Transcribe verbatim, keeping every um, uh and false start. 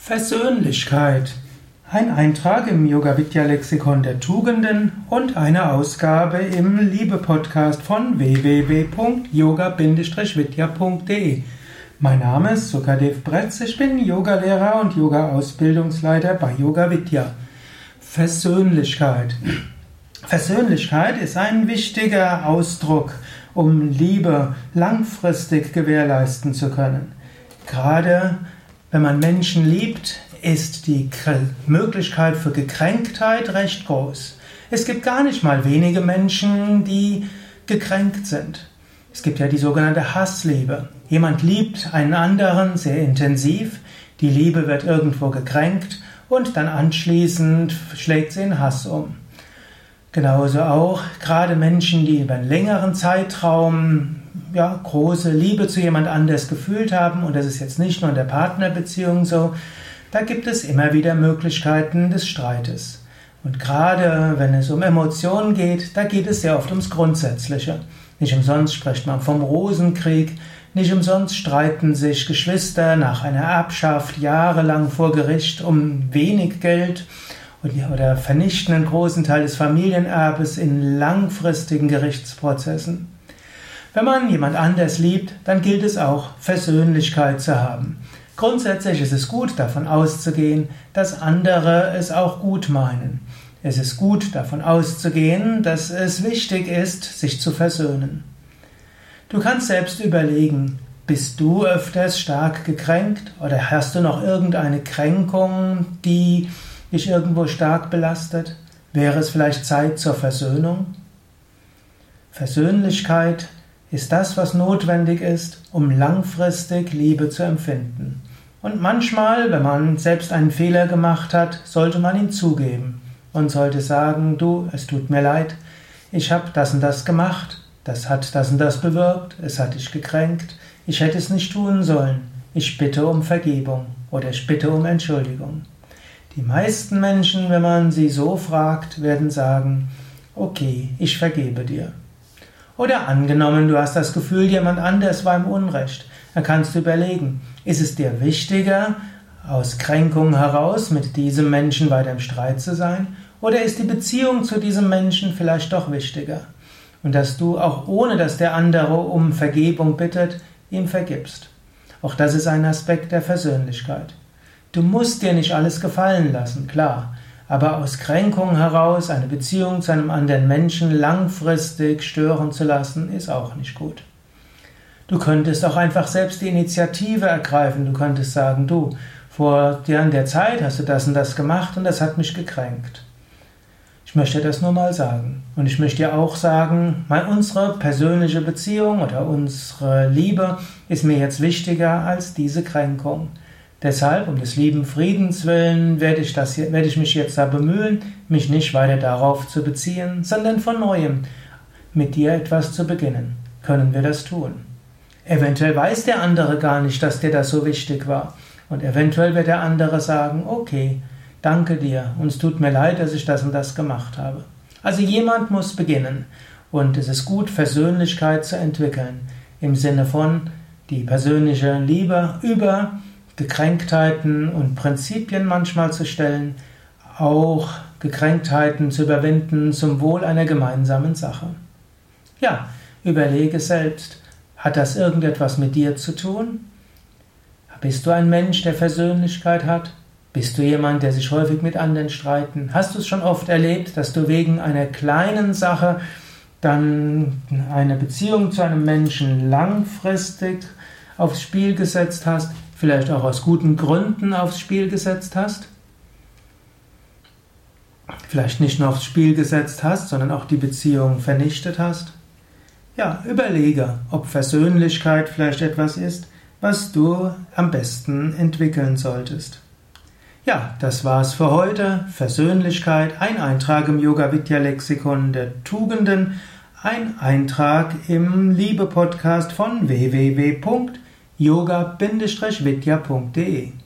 Versöhnlichkeit. Ein Eintrag im Yoga-Vidya-Lexikon der Tugenden und eine Ausgabe im Liebe-Podcast von w w w punkt yoga vidya punkt de. Mein Name ist Sukadev Bretz, ich bin Yogalehrer und Yoga-Ausbildungsleiter bei Yoga Vidya. Versöhnlichkeit. Versöhnlichkeit ist ein wichtiger Ausdruck, um Liebe langfristig gewährleisten zu können. Gerade wenn man Menschen liebt, ist die Möglichkeit für Gekränktheit recht groß. Es gibt gar nicht mal wenige Menschen, die gekränkt sind. Es gibt ja die sogenannte Hassliebe. Jemand liebt einen anderen sehr intensiv, die Liebe wird irgendwo gekränkt und dann anschließend schlägt sie in Hass um. Genauso auch gerade Menschen, die über einen längeren Zeitraum ja, große Liebe zu jemand anders gefühlt haben, und das ist jetzt nicht nur in der Partnerbeziehung so, da gibt es immer wieder Möglichkeiten des Streites. Und gerade wenn es um Emotionen geht, da geht es sehr oft ums Grundsätzliche. Nicht umsonst spricht man vom Rosenkrieg, nicht umsonst streiten sich Geschwister nach einer Erbschaft jahrelang vor Gericht um wenig Geld oder vernichten einen großen Teil des Familienerbes in langfristigen Gerichtsprozessen. Wenn man jemand anders liebt, dann gilt es auch, Versöhnlichkeit zu haben. Grundsätzlich ist es gut, davon auszugehen, dass andere es auch gut meinen. Es ist gut, davon auszugehen, dass es wichtig ist, sich zu versöhnen. Du kannst selbst überlegen, bist du öfters stark gekränkt oder hast du noch irgendeine Kränkung, die dich irgendwo stark belastet? Wäre es vielleicht Zeit zur Versöhnung? Versöhnlichkeit ist das, was notwendig ist, um langfristig Liebe zu empfinden. Und manchmal, wenn man selbst einen Fehler gemacht hat, sollte man ihn zugeben und sollte sagen, du, es tut mir leid, ich habe das und das gemacht, das hat das und das bewirkt, es hat dich gekränkt, ich hätte es nicht tun sollen, ich bitte um Vergebung oder ich bitte um Entschuldigung. Die meisten Menschen, wenn man sie so fragt, werden sagen, okay, ich vergebe dir. Oder angenommen, du hast das Gefühl, jemand anders war im Unrecht. Dann kannst du überlegen, ist es dir wichtiger, aus Kränkung heraus mit diesem Menschen weiter im Streit zu sein? Oder ist die Beziehung zu diesem Menschen vielleicht doch wichtiger? Und dass du auch ohne, dass der andere um Vergebung bittet, ihm vergibst. Auch das ist ein Aspekt der Versöhnlichkeit. Du musst dir nicht alles gefallen lassen, klar. Aber aus Kränkung heraus eine Beziehung zu einem anderen Menschen langfristig stören zu lassen, ist auch nicht gut. Du könntest auch einfach selbst die Initiative ergreifen. Du könntest sagen, du, vor dir an der Zeit hast du das und das gemacht und das hat mich gekränkt. Ich möchte das nur mal sagen. Und ich möchte dir auch sagen, unsere persönliche Beziehung oder unsere Liebe ist mir jetzt wichtiger als diese Kränkung. Deshalb, um des lieben Friedens willen, werde ich, das, werde ich mich jetzt da bemühen, mich nicht weiter darauf zu beziehen, sondern von Neuem mit dir etwas zu beginnen. Können wir das tun? Eventuell weiß der andere gar nicht, dass dir das so wichtig war. Und eventuell wird der andere sagen, okay, danke dir und es tut mir leid, dass ich das und das gemacht habe. Also jemand muss beginnen. Und es ist gut, Versöhnlichkeit zu entwickeln. Im Sinne von die persönliche Liebe über Gekränktheiten und Prinzipien manchmal zu stellen, auch Gekränktheiten zu überwinden zum Wohl einer gemeinsamen Sache. Ja, überlege selbst, hat das irgendetwas mit dir zu tun? Bist du ein Mensch, der Versöhnlichkeit hat? Bist du jemand, der sich häufig mit anderen streiten? Hast du es schon oft erlebt, dass du wegen einer kleinen Sache dann eine Beziehung zu einem Menschen langfristig aufs Spiel gesetzt hast? Vielleicht auch aus guten Gründen aufs Spiel gesetzt hast? Vielleicht nicht nur aufs Spiel gesetzt hast, sondern auch die Beziehung vernichtet hast? Ja, überlege, ob Versöhnlichkeit vielleicht etwas ist, was du am besten entwickeln solltest. Ja, das war's für heute. Versöhnlichkeit, ein Eintrag im Yoga-Vidya-Lexikon der Tugenden, ein Eintrag im Liebe-Podcast von w w w punkt yoga vidya punkt de.